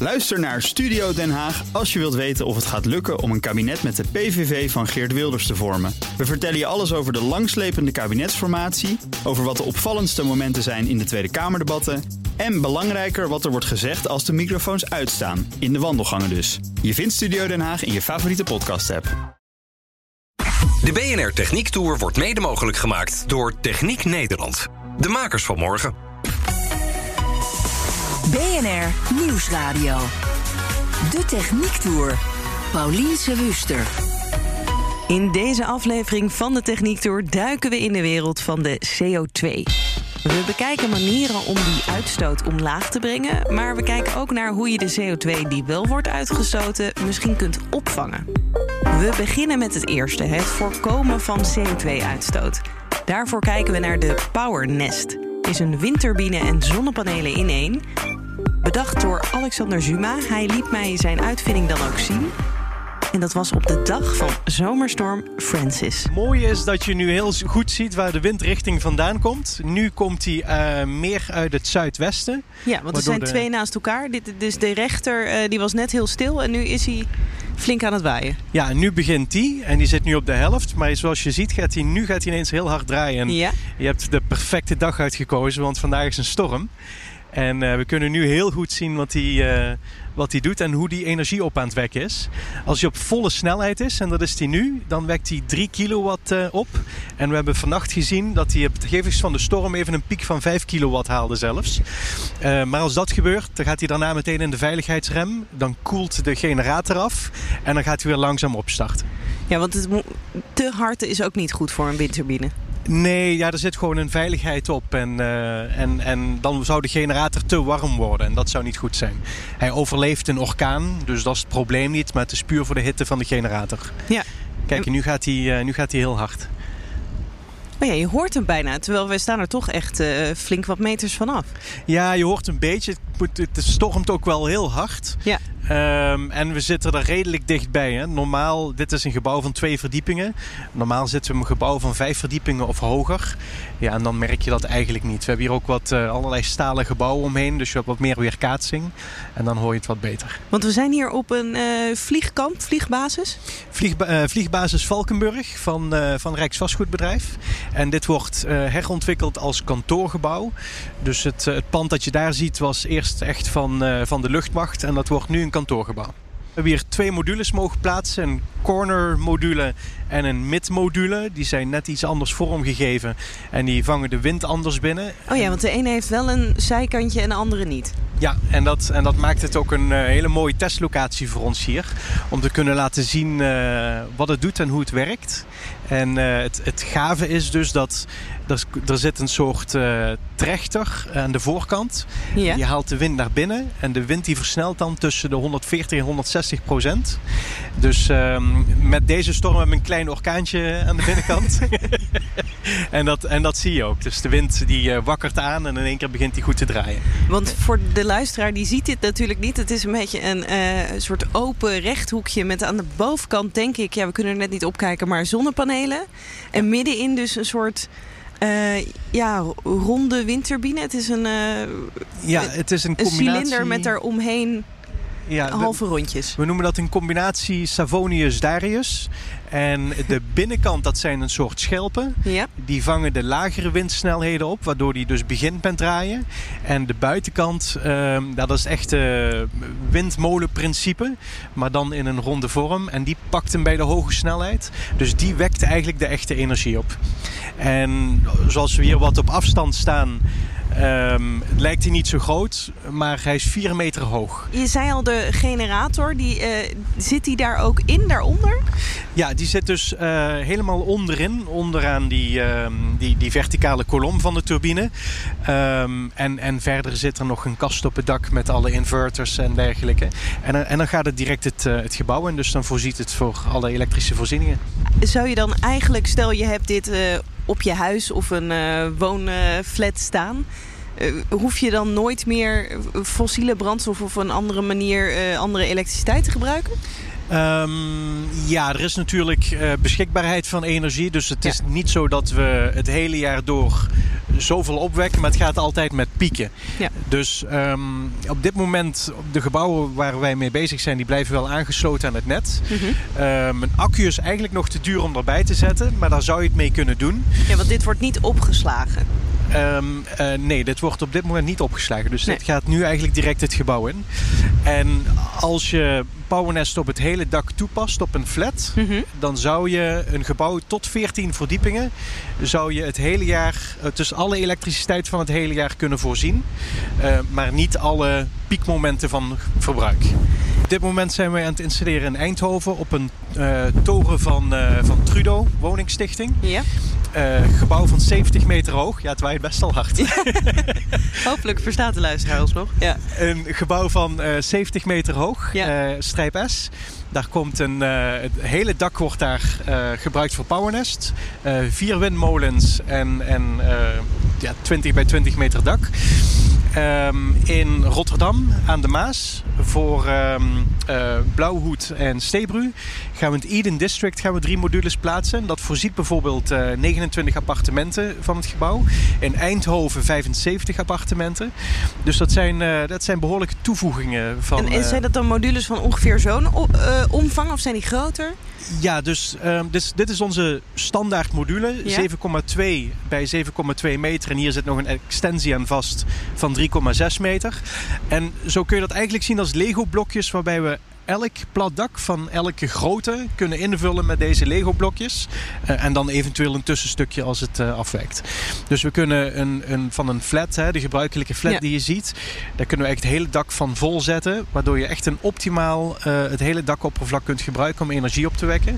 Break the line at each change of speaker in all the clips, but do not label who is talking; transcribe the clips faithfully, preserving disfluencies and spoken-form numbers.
Luister naar Studio Den Haag als je wilt weten of het gaat lukken om een kabinet met de P V V van Geert Wilders te vormen. We vertellen je alles over de langslepende kabinetsformatie, over wat de opvallendste momenten zijn in de Tweede Kamerdebatten en belangrijker wat er wordt gezegd als de microfoons uitstaan, in de wandelgangen dus. Je vindt Studio Den Haag in je favoriete podcast-app.
De B N R Techniek Tour wordt mede mogelijk gemaakt door Techniek Nederland. De makers van morgen.
B N R Nieuwsradio. De Techniek Tour. Paulien Sewuster.
In deze aflevering van de Techniek Tour duiken we in de wereld van de C O twee. We bekijken manieren om die uitstoot omlaag te brengen, maar we kijken ook naar hoe je de C O twee die wel wordt uitgestoten misschien kunt opvangen. We beginnen met het eerste, het voorkomen van C O twee uitstoot. Daarvoor kijken we naar de Power Nest. Het is een windturbine en zonnepanelen in één. Bedacht door Alexander Zuma. Hij liet mij zijn uitvinding dan ook zien. En dat was op de dag van zomerstorm Francis.
Het mooie is dat je nu heel goed ziet waar de windrichting vandaan komt. Nu komt hij uh, meer uit het zuidwesten.
Ja, want er zijn de... twee naast elkaar. Dit, dus de rechter uh, die was net heel stil en nu is hij flink aan het waaien.
Ja, nu begint hij en die zit nu op de helft. Maar zoals je ziet, gaat hij, nu gaat hij ineens heel hard draaien. En
ja.
Je hebt de perfecte dag uitgekozen, want vandaag is een storm. En uh, we kunnen nu heel goed zien wat hij, uh, wat hij doet en hoe die energie op aan het wekken is. Als hij op volle snelheid is, en dat is hij nu, dan wekt hij drie kilowatt uh, op. En we hebben vannacht gezien dat hij op het gegeven van de storm even een piek van vijf kilowatt haalde zelfs. Uh, maar als dat gebeurt, dan gaat hij daarna meteen in de veiligheidsrem. Dan koelt de generator af en dan gaat hij weer langzaam opstarten.
Ja, want het mo- te hard is ook niet goed voor een windturbine.
Nee, ja, er zit gewoon een veiligheid op en, uh, en, en dan zou de generator te warm worden en dat zou niet goed zijn. Hij overleeft een orkaan, dus dat is het probleem niet, maar het is puur voor de hitte van de generator.
Ja.
Kijk, nu gaat hij, uh, nu gaat hij heel hard.
Oh ja, je hoort hem bijna, terwijl wij staan er toch echt uh, flink wat meters vanaf.
Ja, je hoort een beetje. Het, het stormt ook wel heel hard.
Ja.
Um, en we zitten er redelijk dichtbij. Hè. Normaal, dit is een gebouw van twee verdiepingen. Normaal zitten we in een gebouw van vijf verdiepingen of hoger. Ja, en dan merk je dat eigenlijk niet. We hebben hier ook wat uh, allerlei stalen gebouwen omheen. Dus je hebt wat meer weerkaatsing. En dan hoor je het wat beter.
Want we zijn hier op een uh, vliegkamp, vliegbasis.
Vliegba- uh, vliegbasis Valkenburg van, uh, van Rijksvastgoedbedrijf. En dit wordt uh, herontwikkeld als kantoorgebouw. Dus het, uh, het pand dat je daar ziet was eerst echt van, uh, van de luchtmacht. En dat wordt nu een kantoorgebouw. We hebben hier twee modules mogen plaatsen. Een corner module en een mid module. Die zijn net iets anders vormgegeven. En die vangen de wind anders binnen.
Oh ja, want de ene heeft wel een zijkantje en de andere niet.
Ja, en dat, en dat maakt het ook een uh, hele mooie testlocatie voor ons hier. Om te kunnen laten zien uh, wat het doet en hoe het werkt. En uh, het, het gave is dus dat er, er zit een soort uh, trechter aan de voorkant.
Ja.
Die haalt de wind naar binnen. En de wind die versnelt dan tussen de honderdveertig en honderdzestig procent. Dus uh, met deze storm hebben we een klein orkaantje aan de binnenkant. en, dat, en dat zie je ook. Dus de wind die uh, wakkert aan en in één keer begint die goed te draaien.
Want voor de luisteraar die ziet dit natuurlijk niet. Het is een beetje een uh, soort open rechthoekje met aan de bovenkant denk ik, ja we kunnen er net niet opkijken, maar zonnepanelen. En middenin dus een soort uh, ja, ronde windturbine. Het is een, uh,
ja, het is een,
een
combinatie...
cilinder met daaromheen
ja, de,
halve rondjes.
We noemen dat een combinatie Savonius-Darius. En de binnenkant, dat zijn een soort schelpen.
Ja.
Die vangen de lagere windsnelheden op, waardoor die dus begint met draaien. En de buitenkant, uh, dat is echt uh, windmolenprincipe, maar dan in een ronde vorm. En die pakt hem bij de hoge snelheid. Dus die wekt eigenlijk de echte energie op. En zoals we hier wat op afstand staan, Um, lijkt hij niet zo groot, maar hij is vier meter hoog.
Je zei al, de generator, die, uh, zit die daar ook in, daaronder?
Ja, die zit dus uh, helemaal onderin, onderaan die, uh, die, die verticale kolom van de turbine. Um, en, en verder zit er nog een kast op het dak met alle inverters en dergelijke. En, en dan gaat het direct het, uh, het gebouw in, dus dan voorziet het voor alle elektrische voorzieningen.
Zou je dan eigenlijk, stel je hebt dit uh, op je huis of een uh, woonflat staan, Uh, hoef je dan nooit meer fossiele brandstof of een andere manier uh, andere elektriciteit te gebruiken?
Um, ja, er is natuurlijk uh, beschikbaarheid van energie. Dus het is ja. niet zo dat we het hele jaar door zoveel opwekken, maar het gaat altijd met pieken.
Ja.
Dus um, op dit moment, de gebouwen waar wij mee bezig zijn, die blijven wel aangesloten aan het net. Mm-hmm. Um, een accu is eigenlijk nog te duur om erbij te zetten, maar daar zou je het mee kunnen doen.
Ja, want dit wordt niet opgeslagen.
Um, uh, nee, dit wordt op dit moment niet opgeslagen. Dus
nee.
dit gaat nu eigenlijk direct het gebouw in. En als je PowerNest op het hele dak toepast, op een flat, mm-hmm. dan zou je een gebouw tot veertien verdiepingen, zou je het hele jaar, dus alle elektriciteit van het hele jaar kunnen voorzien. Uh, maar niet alle piekmomenten van verbruik. Op dit moment zijn wij aan het installeren in Eindhoven op een uh, toren van, uh, van Trudeau, woningstichting.
Ja.
Uh, gebouw van zeventig meter hoog. Ja, het waait best al hard. Ja.
Hopelijk verstaat de luisteraar ons nog. Ja.
Een gebouw van uh, zeventig meter hoog, ja. uh, strijp S. Daar komt een, uh, het hele dak wordt daar uh, gebruikt voor PowerNest. Uh, vier windmolens en, en uh, ja, twintig bij twintig meter dak. Um, in Rotterdam aan de Maas voor um, uh, Blauwhoed en Stebru gaan we in het Eden District gaan we drie modules plaatsen. Dat voorziet bijvoorbeeld uh, negenentwintig appartementen van het gebouw. In Eindhoven vijfenzeventig appartementen. Dus dat zijn, uh, dat zijn behoorlijke toevoegingen. Van,
en, en zijn dat dan modules van ongeveer zo'n uh, omvang of zijn die groter?
Ja, dus um, dit, dit is onze standaard module. Ja? zeven komma twee bij zeven komma twee meter. En hier zit nog een extensie aan vast van drie komma zes meter. En zo kun je dat eigenlijk zien als Lego-blokjes waarbij we elk plat dak van elke grootte kunnen invullen met deze Lego-blokjes. Uh, en dan eventueel een tussenstukje als het uh, afwijkt. Dus we kunnen een, een, van een flat, hè, de gebruikelijke flat ja. die je ziet, daar kunnen we echt het hele dak van vol zetten. Waardoor je echt een optimaal uh, het hele dakoppervlak kunt gebruiken om energie op te wekken.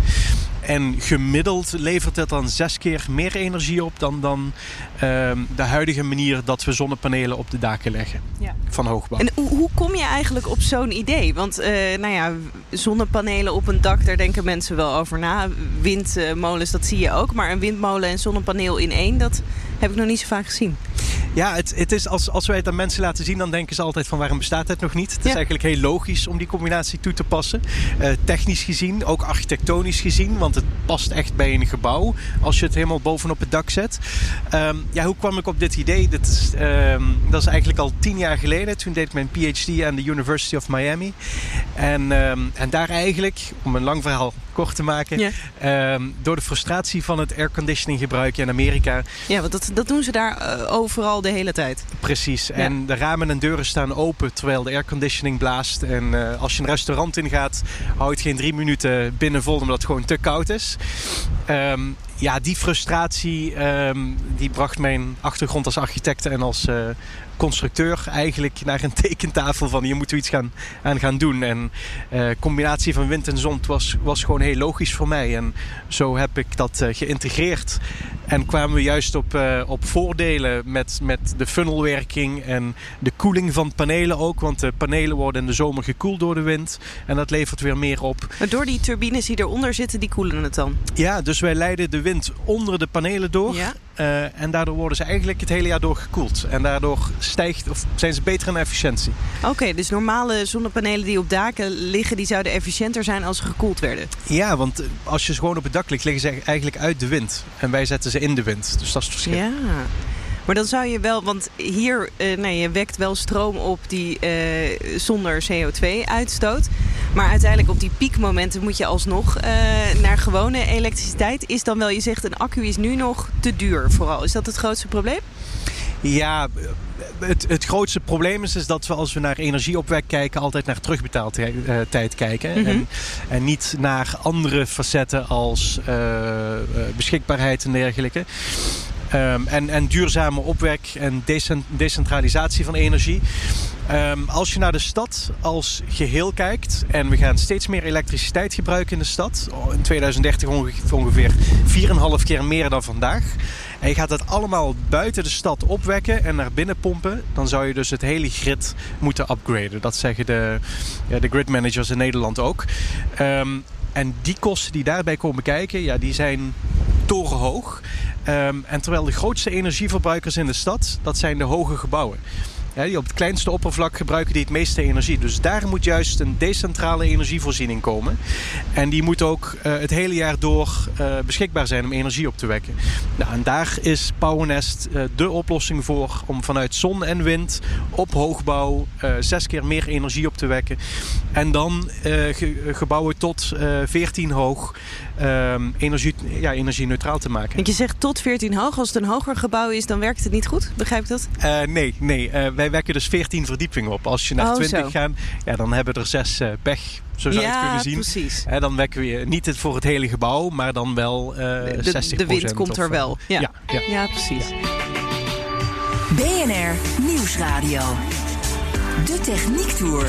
En gemiddeld levert het dan zes keer meer energie op dan, dan uh, de huidige manier dat we zonnepanelen op de daken leggen. Ja. Van hoogbouw.
En hoe, hoe kom je eigenlijk op zo'n idee? Want uh, nou ja, zonnepanelen op een dak, daar denken mensen wel over na. Windmolens, dat zie je ook. Maar een windmolen en zonnepaneel in één, dat heb ik nog niet zo vaak gezien.
Ja, het, het is als, als wij het aan mensen laten zien, dan denken ze altijd van waarom bestaat het nog niet? Het is ja. eigenlijk heel logisch om die combinatie toe te passen. Uh, technisch gezien, ook architectonisch gezien, want het past echt bij een gebouw als je het helemaal bovenop het dak zet. Um, ja, hoe kwam ik op dit idee? Dat is, um, dat is eigenlijk al tien jaar geleden. Toen deed ik mijn P H D aan de University of Miami. En, um, en daar eigenlijk, om een lang verhaal kort te maken, ja. um, door de frustratie van het airconditioning gebruik in Amerika.
Ja, want dat, dat doen ze daar uh, overal de hele tijd.
Precies. Ja. En de ramen en deuren staan open terwijl de airconditioning blaast. En uh, als je een restaurant ingaat, houdt het geen drie minuten binnen vol omdat het gewoon te koud is. Um, ja, die frustratie um, die bracht mijn achtergrond als architect en als uh, constructeur eigenlijk naar een tekentafel van hier moeten we iets gaan, aan gaan doen. En uh, combinatie van wind en zon was, was gewoon heel logisch voor mij. En zo heb ik dat uh, geïntegreerd. En kwamen we juist op, uh, op voordelen met, met de funnelwerking en de koeling van panelen ook. Want de panelen worden in de zomer gekoeld door de wind. En dat levert weer meer op.
Maar door die turbines die eronder zitten, die koelen het dan?
Ja, dus wij leiden de wind onder de panelen door. Ja. Uh, en daardoor worden ze eigenlijk het hele jaar door gekoeld. En daardoor stijgt, of zijn ze beter in efficiëntie.
Oké, okay, dus normale zonnepanelen die op daken liggen, die zouden efficiënter zijn als ze gekoeld werden?
Ja, want als je ze gewoon op het dak ligt, liggen ze eigenlijk uit de wind. En wij zetten ze in de wind. Dus dat is het verschil.
Ja. Maar dan zou je wel, want hier, uh, nou, je wekt wel stroom op die uh, zonder C O twee uitstoot. Maar uiteindelijk op die piekmomenten moet je alsnog uh, naar gewone elektriciteit. Is dan wel, je zegt een accu is nu nog te duur vooral. Is dat het grootste probleem?
Ja, het, het grootste probleem is, is dat we als we naar energieopwek kijken altijd naar terugbetaaltijd kijken. Mm-hmm. En, en niet naar andere facetten als uh, beschikbaarheid en dergelijke. Um, en, en duurzame opwek en decent, decentralisatie van energie. Um, als je naar de stad als geheel kijkt, en we gaan steeds meer elektriciteit gebruiken in de stad. In twintig dertig ongeveer vier komma vijf keer meer dan vandaag. En je gaat dat allemaal buiten de stad opwekken en naar binnen pompen. Dan zou je dus het hele grid moeten upgraden. Dat zeggen de, ja, de grid managers in Nederland ook. Um, en die kosten die daarbij komen kijken, ja, die zijn torenhoog. Um, en terwijl de grootste energieverbruikers in de stad, dat zijn de hoge gebouwen. Hè, die op het kleinste oppervlak gebruiken die het meeste energie. Dus daar moet juist een decentrale energievoorziening komen. En die moet ook uh, het hele jaar door uh, beschikbaar zijn om energie op te wekken. Nou, en daar is Powernest uh, de oplossing voor om vanuit zon en wind op hoogbouw uh, zes keer meer energie op te wekken. En dan uh, ge- gebouwen tot uh, veertien hoog uh, energie, ja, energie-neutraal te maken.
Want je zegt tot veertien hoog. Als het een hoger gebouw is, dan werkt het niet goed. Begrijp ik dat?
Uh, nee, nee. Uh, wij wekken dus veertien verdiepingen op. Als je naar
oh,
twintig
zo.
gaat, ja, dan hebben er zes uh, pech. Zo zou je
ja,
het kunnen zien.
Precies.
En dan wekken we niet het voor het hele gebouw, maar dan wel uh,
de,
zestig procent.
de wind komt
of,
er wel. Ja,
ja, ja.
ja precies.
B N R Nieuwsradio. De Techniektour.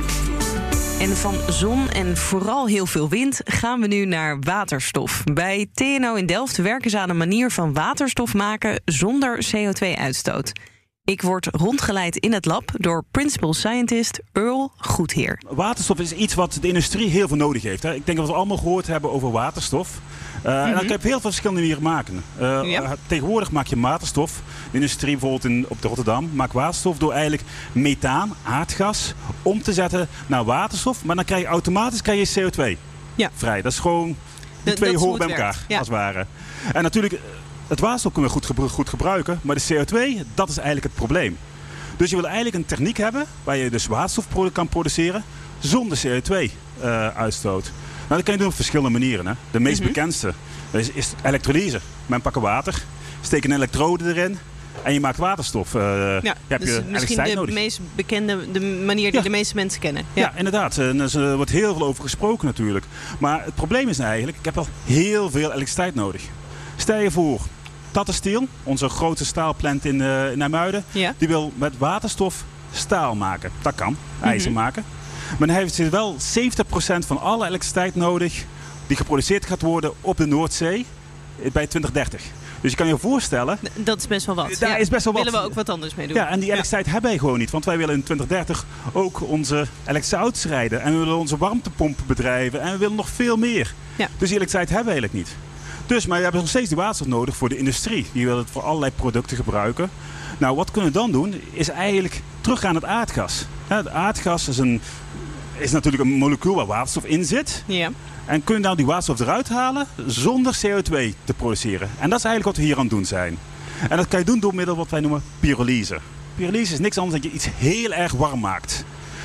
En van zon en vooral heel veel wind gaan we nu naar waterstof. Bij T N O in Delft werken ze aan een manier van waterstof maken zonder C O twee uitstoot. Ik word rondgeleid in het lab door Principal Scientist Earl Goedheer.
Waterstof is iets wat de industrie heel veel nodig heeft. Hè. Ik denk dat we allemaal gehoord hebben over waterstof. Uh, mm-hmm. En dat kan je op heel veel verschillende manieren maken. Uh, ja. Tegenwoordig maak je waterstof. De industrie bijvoorbeeld in, op de Rotterdam maakt waterstof door eigenlijk methaan, aardgas, om te zetten naar waterstof. Maar dan krijg je automatisch krijg je C O twee ja. vrij. Dat is gewoon die de, twee horen bij elkaar, ja. als het ware. En natuurlijk, het waterstof kunnen we goed, goed gebruiken, maar de C O twee, dat is eigenlijk het probleem. Dus je wil eigenlijk een techniek hebben waar je dus waterstof kan produceren zonder C O twee uitstoot. Nou, dat kan je doen op verschillende manieren. Hè. De meest mm-hmm. bekendste is, is elektrolyse. Men pakken water, steekt een elektrode erin en je maakt waterstof. Uh,
ja,
heb
dus
je
misschien de
nodig.
meest bekende de manier die ja. de meeste mensen kennen. Ja,
ja inderdaad. En er wordt heel veel over gesproken natuurlijk. Maar het probleem is nou eigenlijk, ik heb wel heel veel elektriciteit nodig. Stel je voor, Tata Steel, onze grote staalplant in, uh, in IJmuiden, ja. die wil met waterstof staal maken. Dat kan, ijzer mm-hmm. maken. Maar dan heeft ze wel zeventig procent van alle elektriciteit nodig die geproduceerd gaat worden op de Noordzee bij twintig dertig. Dus je kan je voorstellen...
Dat is best wel wat.
Daar
ja,
is best wel wat.
Willen we ook wat anders mee doen.
Ja, en die elektriciteit ja. hebben wij gewoon niet. Want wij willen in twintig dertig ook onze elektrische auto's rijden. En we willen onze warmtepompen bedrijven. En we willen nog veel meer. Ja. Dus die elektriciteit hebben we eigenlijk niet. Dus, maar we hebben nog steeds die waterstof nodig voor de industrie. Die wil het voor allerlei producten gebruiken. Nou, wat kunnen we dan doen? Is eigenlijk teruggaan naar het aardgas. Ja, het aardgas is, een, is natuurlijk een molecuul waar waterstof in zit.
Ja.
En kun je nou die waterstof eruit halen zonder C O twee te produceren. En dat is eigenlijk wat we hier aan het doen zijn. En dat kan je doen door middel wat wij noemen pyrolyse. Pyrolyse is niks anders dan dat je iets heel erg warm maakt.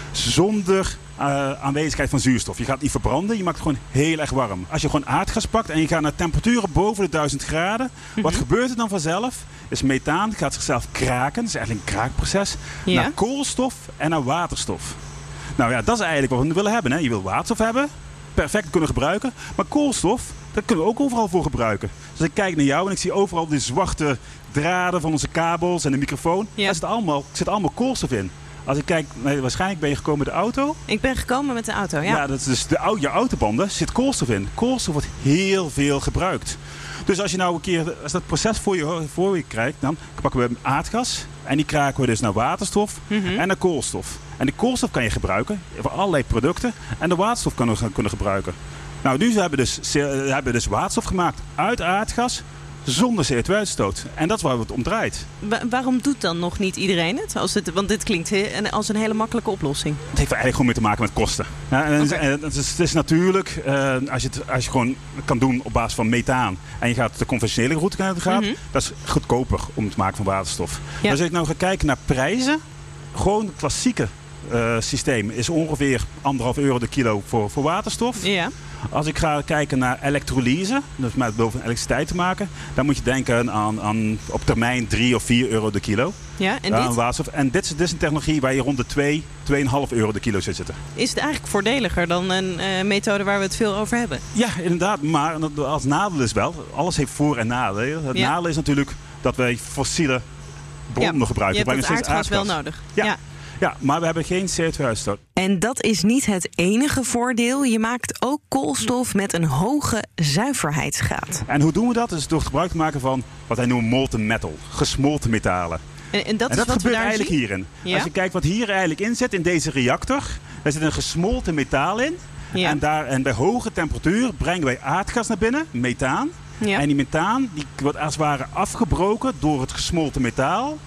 Zonder uh, aanwezigheid van zuurstof. Je gaat het niet verbranden, je maakt het gewoon heel erg warm. Als je gewoon aardgas pakt en je gaat naar temperaturen boven de duizend graden. Mm-hmm. Wat gebeurt er dan vanzelf? Is methaan gaat zichzelf kraken. Dat is eigenlijk een kraakproces. Ja. Naar koolstof en naar waterstof. Nou ja, dat is eigenlijk wat we willen hebben. Hè. Je wil waterstof hebben. Perfect kunnen gebruiken. Maar koolstof, dat kunnen we ook overal voor gebruiken. Dus ik kijk naar jou en ik zie overal die zwarte draden van onze kabels en de microfoon. Ja. Daar zit allemaal, zit allemaal koolstof in. Als ik kijk, nee, waarschijnlijk ben je gekomen met de auto.
Ik ben gekomen met de auto, ja.
Ja, dat is dus de, je autobanden zit koolstof in. Koolstof wordt heel veel gebruikt. Dus als je nou een keer als dat proces voor je, voor je krijgt, dan pakken we aardgas. En die kraken we dus naar waterstof mm-hmm. en naar koolstof. En de koolstof kan je gebruiken voor allerlei producten. En de waterstof kan we kunnen gebruiken. Nou, nu hebben we dus, hebben we dus waterstof gemaakt uit aardgas zonder C O twee uitstoot. En dat is waar het om draait.
Wa- waarom doet dan nog niet iedereen het? Als het want dit klinkt he- als een hele makkelijke oplossing.
Het heeft eigenlijk gewoon mee te maken met kosten. Ja, en okay. het, is, het, is, het is natuurlijk, uh, als, je het, als je gewoon kan doen op basis van methaan en je gaat de conventionele route gaat, mm-hmm. dat is goedkoper om het maken van waterstof. Ja. Als ik nou ga kijken naar prijzen, gewoon het klassieke uh, systeem is ongeveer anderhalf euro de kilo voor, voor waterstof. Ja. Als ik ga kijken naar elektrolyse, dus met behulp van elektriciteit te maken, dan moet je denken aan, aan op termijn drie of vier euro de kilo.
Ja, en
aan
dit?
Waterstof. En dit, dit is een technologie waar je rond de twee, twee komma vijf euro de kilo zit zitten.
Is het eigenlijk voordeliger dan een uh, methode waar we het veel over hebben?
Ja, inderdaad. Maar als nadeel is wel, alles heeft voor- en nadeel. Het ja. nadeel is natuurlijk dat wij fossiele bronnen ja. gebruiken.
Je hebt het aardgas, aardgas wel nodig.
Ja.
ja.
Ja, maar we hebben geen C O twee uitstoot.
En dat is niet het enige voordeel. Je maakt ook koolstof met een hoge zuiverheidsgraad.
En hoe doen we dat? Dus door gebruik te maken van wat wij noemen molten metal. Gesmolten metalen.
En, en dat,
en
is
dat
wat
gebeurt
we daar
eigenlijk
zien?
hierin.
Ja?
Als je kijkt wat hier eigenlijk in zit, in deze reactor. Daar zit een gesmolten metaal in. Ja. En, daar, en bij hoge temperatuur brengen wij aardgas naar binnen, methaan. Ja. En die methaan die wordt als het ware afgebroken door het gesmolten metaal.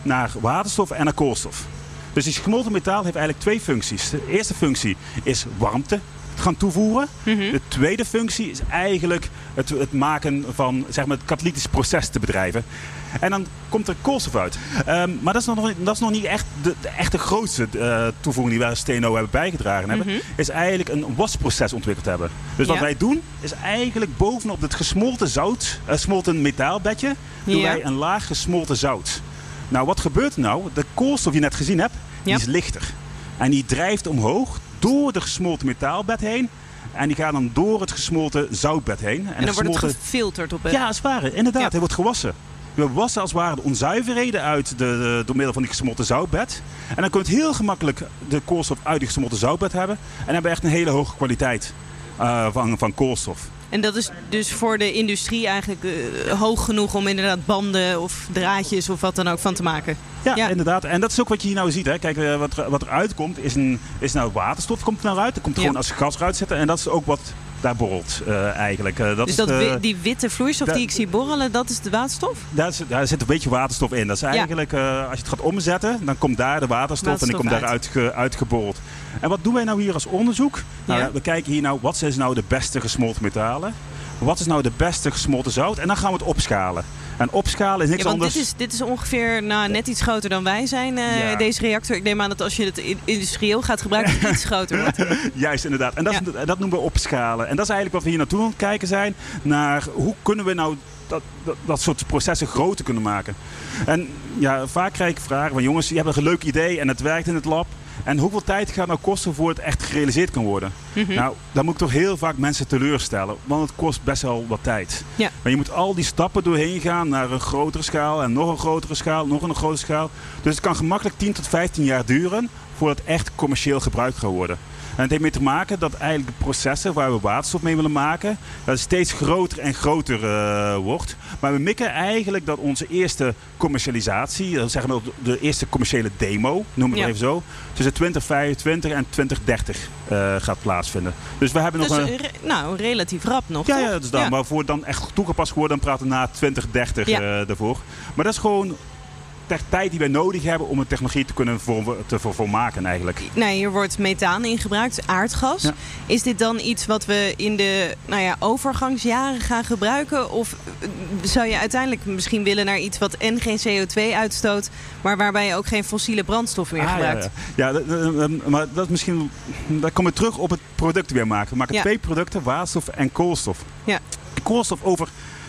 naar waterstof en naar koolstof. Dus die gesmolten metaal heeft eigenlijk twee functies. De eerste functie is warmte gaan toevoegen. Mm-hmm. De tweede functie is eigenlijk het, het maken van zeg maar, het katalytisch proces te bedrijven. En dan komt er koolstof uit. Um, maar dat is nog, dat is nog niet echt de, de, echt de grootste uh, toevoeging die wij als T N O hebben bijgedragen hebben. Mm-hmm. Is eigenlijk een wasproces ontwikkeld hebben. Dus wat ja. wij doen is eigenlijk bovenop het gesmolten zout, uh, gesmolten metaalbedje, doen ja. wij een laag gesmolten zout. Nou, wat gebeurt er nou? De koolstof die je net gezien hebt, die ja. is lichter. En die drijft omhoog door de gesmolten metaalbed heen. En die gaat dan door het gesmolten zoutbed heen. En,
en dan
gesmolten...
wordt het gefilterd op het...
Ja, als het ware. Inderdaad, ja. hij wordt gewassen. We wassen als het ware de onzuiverheden uit de, de, door middel van die gesmolten zoutbed. En dan kun je het heel gemakkelijk de koolstof uit die gesmolten zoutbed hebben. En dan hebben we echt een hele hoge kwaliteit uh, van, van koolstof.
En dat is dus voor de industrie eigenlijk uh, hoog genoeg om inderdaad banden of draadjes of wat dan ook van te maken.
Ja, ja, inderdaad. En dat is ook wat je hier nou ziet. Hè. Kijk, uh, wat, er, wat er uitkomt is, een, is nou waterstof komt er nou uit. Er komt ja. gewoon als gas eruit zetten. En dat is ook wat daar borrelt uh, eigenlijk. Uh, dat
dus
is,
dat,
uh,
die witte vloeistof da- die ik zie borrelen, dat is de waterstof?
Daar, is, daar zit een beetje waterstof in. Dat is eigenlijk, ja. uh, als je het gaat omzetten, dan komt daar de waterstof, waterstof en die komt daaruit ge, uitgeborreld. En wat doen wij nou hier als onderzoek? Nou, ja. We kijken hier nou, wat zijn nou de beste gesmolten metalen? Wat is nou de beste gesmolten zout? En dan gaan we het opschalen. En opschalen is niks
ja, want
anders.
Dit is, dit is ongeveer nou, net iets groter dan wij zijn, uh, ja. deze reactor. Ik neem aan dat als je het industrieel gaat gebruiken, het iets groter wordt.
Juist, inderdaad. En dat, ja. is, dat noemen we opschalen. En dat is eigenlijk wat we hier naartoe aan het kijken zijn. Naar hoe kunnen we nou dat, dat, dat soort processen groter kunnen maken. En ja, vaak krijg ik vragen van jongens, je hebt een leuk idee en het werkt in het lab. En hoeveel tijd gaat het nou kosten voor het echt gerealiseerd kan worden? Mm-hmm. Nou, dan moet ik toch heel vaak mensen teleurstellen. Want het kost best wel wat tijd. Ja. Maar je moet al die stappen doorheen gaan naar een grotere schaal. En nog een grotere schaal, nog een grotere schaal. Dus het kan gemakkelijk tien tot vijftien jaar duren voordat het echt commercieel gebruikt gaat worden. En het heeft mee te maken dat eigenlijk de processen waar we waterstof mee willen maken, dat het steeds groter en groter uh, wordt. Maar we mikken eigenlijk dat onze eerste commercialisatie, dat zeggen we de eerste commerciële demo, noemen we ja. het even zo, tussen twintig vijfentwintig en twintig dertig uh, gaat plaatsvinden. Dus we hebben
dus
nog een...
Re- nou, relatief rap nog,
Ja,
toch?
ja, dat is dan. Ja. Maar voor het dan echt toegepast worden, dan praten we na twintig dertig ja. uh, daarvoor. Maar dat is gewoon de tijd die wij nodig hebben om een technologie te kunnen voor, te voor, voor maken eigenlijk.
Nee, hier wordt methaan in gebruikt, aardgas. Ja. Is dit dan iets wat we in de nou ja, overgangsjaren gaan gebruiken? Of zou je uiteindelijk misschien willen naar iets wat en geen C O twee uitstoot, maar waarbij je ook geen fossiele brandstof meer ah, gebruikt?
Ja, ja. ja, maar dat is misschien, daar komen we terug op het product weer maken. We maken ja. twee producten, waterstof en koolstof. Ja. Koolstof over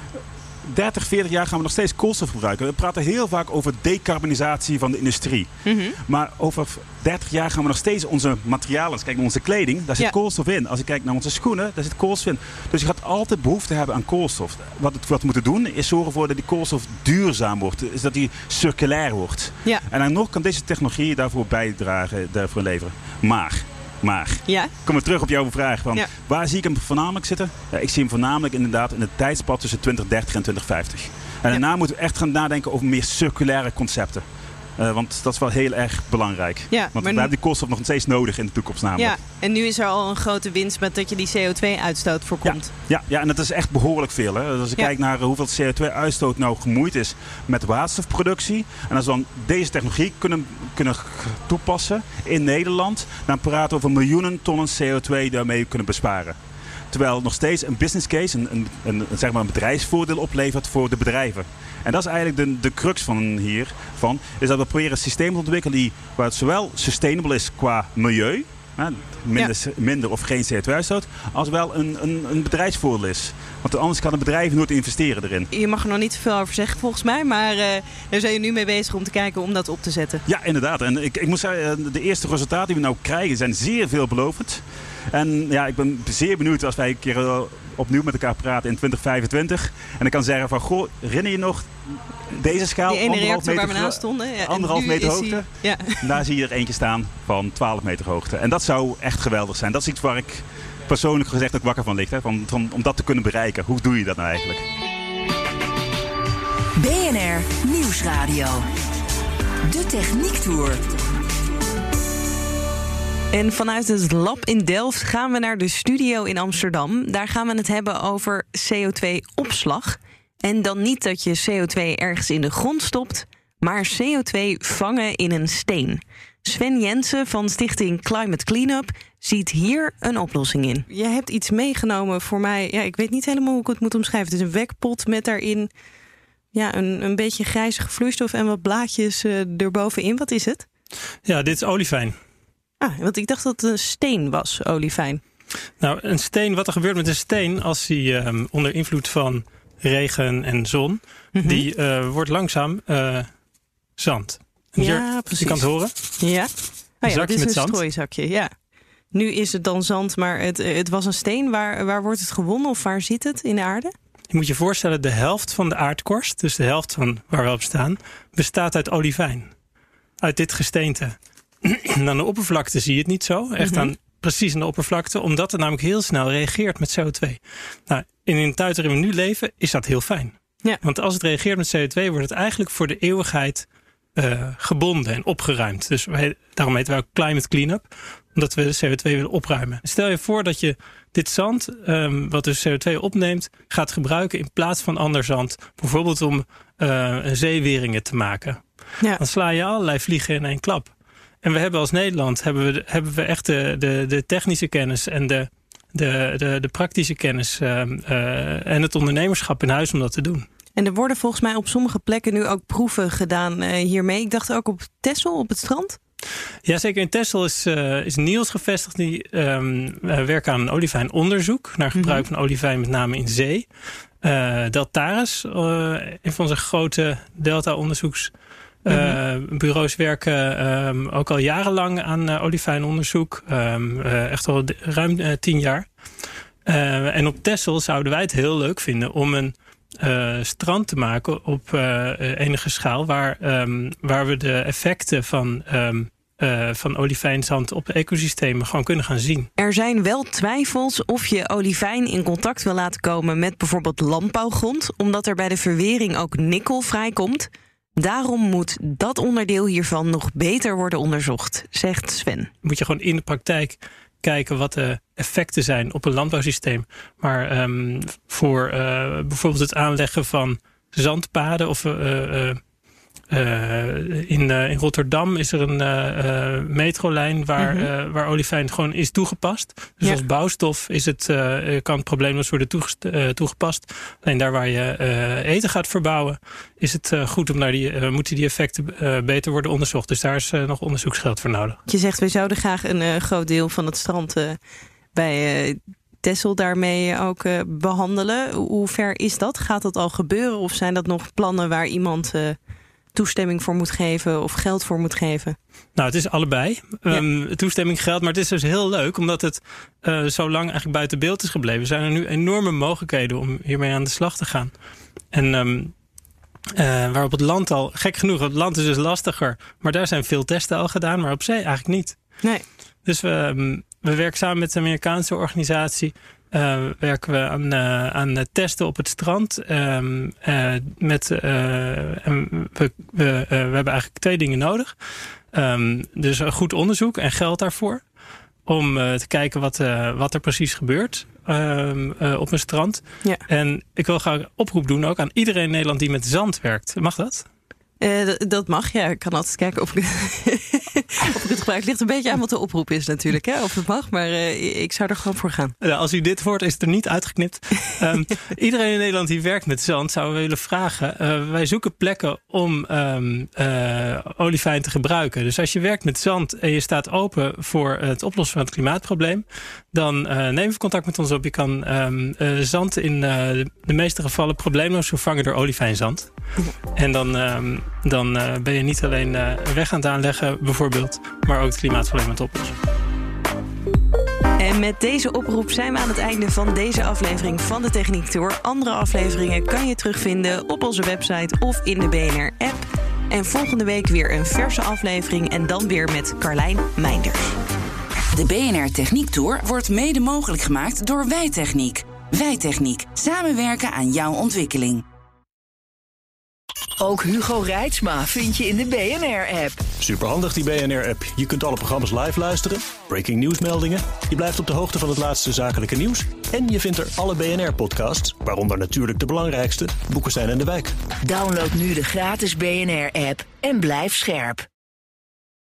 dertig, veertig jaar gaan we nog steeds koolstof gebruiken. We praten heel vaak over decarbonisatie van de industrie. Mm-hmm. Maar over dertig jaar gaan we nog steeds onze materialen, als je kijkt naar onze kleding, daar zit ja. koolstof in. Als je kijkt naar onze schoenen, daar zit koolstof in. Dus je gaat altijd behoefte hebben aan koolstof. Wat, het, wat we moeten doen, is zorgen voor dat die koolstof duurzaam wordt. Is dat die circulair wordt. Ja. En dan nog kan deze technologie daarvoor bijdragen, daarvoor leveren. Maar... Maar,
ja?
kom maar terug op jouw vraag. Van, ja. Waar zie ik hem voornamelijk zitten? Ja, ik zie hem voornamelijk inderdaad in het tijdspad tussen twintig dertig en twintig vijftig. En daarna ja. moeten we echt gaan nadenken over meer circulaire concepten. Uh, want dat is wel heel erg belangrijk. Ja, want we nu... hebben die koolstof nog steeds nodig in de toekomst namelijk.
Ja, en nu is er al een grote winst met dat je die C O twee uitstoot voorkomt.
Ja, ja, ja, en dat is echt behoorlijk veel. Hè. Dus als je ja. kijkt naar hoeveel C O twee uitstoot nou gemoeid is met waterstofproductie. En als we dan deze technologie kunnen, kunnen toepassen in Nederland, dan praten we over miljoenen tonnen C O twee daarmee kunnen besparen. Terwijl nog steeds een business case, een, een, een, zeg maar een bedrijfsvoordeel oplevert voor de bedrijven. En dat is eigenlijk de, de crux van hiervan, is dat we proberen een systeem te ontwikkelen die, waar het zowel sustainable is qua milieu, hè, minder, ja. minder of geen C O twee uitstoot, als wel een, een, een bedrijfsvoordeel is. Want anders kan een bedrijf nooit investeren erin.
Je mag er nog niet te veel over zeggen volgens mij, maar uh, daar zijn je nu mee bezig om te kijken om dat op te zetten.
Ja, inderdaad. En ik, ik moet zeggen, de eerste resultaten die we nou krijgen zijn zeer veelbelovend. En ja, ik ben zeer benieuwd als wij een keer uh, opnieuw met elkaar praten in twintig vijfentwintig. En ik kan zeggen van, goh, herinner je nog deze schaal?
Die ene reactor waar we naast stonden. Ja,
anderhalf meter hoogte.
Die, ja.
Daar zie je er eentje staan van twaalf meter hoogte. En dat zou echt geweldig zijn. Dat is iets waar ik persoonlijk gezegd ook wakker van ligt. Hè? Van, van, om dat te kunnen bereiken. Hoe doe je dat nou eigenlijk?
B N R Nieuwsradio. De Techniek Tour.
En vanuit het lab in Delft gaan we naar de studio in Amsterdam. Daar gaan we het hebben over C O twee opslag. En dan niet dat je C O twee ergens in de grond stopt, maar C O twee vangen in een steen. Sven Jensen van stichting Climate Cleanup ziet hier een oplossing in. Je hebt iets meegenomen voor mij. Ja, ik weet niet helemaal hoe ik het moet omschrijven. Het is een wekpot met daarin ja, een, een beetje grijzige vloeistof en wat blaadjes uh, erbovenin. Wat is het?
Ja, dit is olifijn.
Ah, want ik dacht dat het een steen was, olifijn.
Nou, een steen, wat er gebeurt met een steen als hij um, onder invloed van regen en zon, mm-hmm. die uh, wordt langzaam uh, zand. En
ja,
hier,
precies.
Je kan het horen.
Ja, oh ja,
zakje
dit is
met
een
zand.
strooizakje, ja. Nu is het dan zand, maar het, het was een steen. Waar, waar wordt het gewonnen of waar zit het in de aarde?
Je moet je voorstellen, de helft van de aardkorst, dus de helft van waar we op staan, bestaat uit olifijn. Uit dit gesteente. En aan de oppervlakte zie je het niet zo. Echt mm-hmm. aan, precies aan de oppervlakte, omdat het namelijk heel snel reageert met C O twee. Nou, in de tijd waarin we nu leven is dat heel fijn.
Ja.
Want als het reageert met C O twee, wordt het eigenlijk voor de eeuwigheid uh, gebonden en opgeruimd. Dus wij, daarom heten wij ook Climate Cleanup, omdat we de C O twee willen opruimen. Stel je voor dat je dit zand, um, wat dus C O twee opneemt, gaat gebruiken in plaats van ander zand. Bijvoorbeeld om uh, zeeweringen te maken. Ja. Dan sla je allerlei vliegen in één klap. En we hebben als Nederland hebben we, hebben we echt de, de, de technische kennis en de, de, de, de praktische kennis uh, uh, en het ondernemerschap in huis om dat te doen.
En er worden volgens mij op sommige plekken nu ook proeven gedaan uh, hiermee. Ik dacht ook op Texel, op het strand.
Ja, zeker. In Texel is, uh, is Niels gevestigd. Die um, uh, werkt aan een olifijnonderzoek naar gebruik mm-hmm. van olifijn met name in zee. Uh, Deltares, uh, een van onze grote delta-onderzoeks. Uh, bureaus werken um, ook al jarenlang aan uh, olifijnonderzoek. Um, uh, echt al de, ruim uh, tien jaar. Uh, en op Texel zouden wij het heel leuk vinden om een uh, strand te maken op uh, enige schaal, waar, um, waar we de effecten van, um, uh, van olifijnzand op ecosystemen gewoon kunnen gaan zien.
Er zijn wel twijfels of je olifijn in contact wil laten komen met bijvoorbeeld landbouwgrond, omdat er bij de verwering ook nikkel vrijkomt. Daarom moet dat onderdeel hiervan nog beter worden onderzocht, zegt Sven.
Moet je gewoon in de praktijk kijken wat de effecten zijn op een landbouwsysteem. Maar um, voor uh, bijvoorbeeld het aanleggen van zandpaden of uh, uh, uh, in, uh, in Rotterdam is er een uh, uh, metrolijn waar, mm-hmm. uh, waar olifijn gewoon is toegepast. Dus ja. als bouwstof is het, uh, kan het probleemloos worden toegest- uh, toegepast. Alleen daar waar je uh, eten gaat verbouwen, is het uh, goed om naar die, uh, moeten die effecten uh, beter worden onderzocht. Dus daar is uh, nog onderzoeksgeld voor nodig.
Je zegt, we zouden graag een uh, groot deel van het strand uh, bij uh, Texel daarmee ook uh, behandelen. Hoe ver is dat? Gaat dat al gebeuren? Of zijn dat nog plannen waar iemand uh, toestemming voor moet geven of geld voor moet geven?
Nou, het is allebei. Ja. Um, toestemming, geld, maar het is dus heel leuk omdat het uh, zo lang eigenlijk buiten beeld is gebleven. Zijn er nu enorme mogelijkheden om hiermee aan de slag te gaan. En um, uh, waar op het land al, gek genoeg, het land is dus lastiger, maar daar zijn veel testen al gedaan, maar op zee eigenlijk niet.
Nee.
Dus we, um, we werken samen met de Amerikaanse organisatie. Uh, werken we aan, uh, aan testen op het strand. Um, uh, met, uh, en we, we, uh, we hebben eigenlijk twee dingen nodig. Um, dus een goed onderzoek en geld daarvoor. Om uh, te kijken wat, uh, wat er precies gebeurt um, uh, op een strand. Ja. En ik wil graag een oproep doen ook aan iedereen in Nederland die met zand werkt. Mag dat?
Uh, d- dat mag, ja. Ik kan altijd kijken of ik, of ik het gebruik. Het ligt een beetje aan wat de oproep is natuurlijk, hè, of het mag. Maar uh, ik zou er gewoon voor gaan.
Ja, als u dit hoort, is het er niet uitgeknipt. Um, iedereen in Nederland die werkt met zand, zouden we willen vragen. Uh, wij zoeken plekken om um, uh, olifijn te gebruiken. Dus als je werkt met zand en je staat open voor het oplossen van het klimaatprobleem, dan uh, neem even contact met ons op. Je kan um, uh, zand in uh, de, de meeste gevallen probleemloos vervangen door olifijnzand. En dan, um, dan uh, ben je niet alleen uh, een weg aan het aanleggen bijvoorbeeld, maar ook het klimaatprobleem aan het oplossen.
En met deze oproep zijn we aan het einde van deze aflevering van de Techniek Tour. Andere afleveringen kan je terugvinden op onze website of in de B N R-app. En volgende week weer een verse aflevering en dan weer met Carlijn Meinders.
De B N R Techniek Tour wordt mede mogelijk gemaakt door Wijtechniek. Wijtechniek. Samenwerken aan jouw ontwikkeling. Ook Hugo Reitsma vind je in de B N R-app.
Superhandig die B N R-app. Je kunt alle programma's live luisteren, breaking nieuwsmeldingen. Je blijft op de hoogte van het laatste zakelijke nieuws. En je vindt er alle B N R-podcasts, waaronder natuurlijk de belangrijkste, Boekenstein en de Wijk.
Download nu de gratis B N R-app en blijf scherp.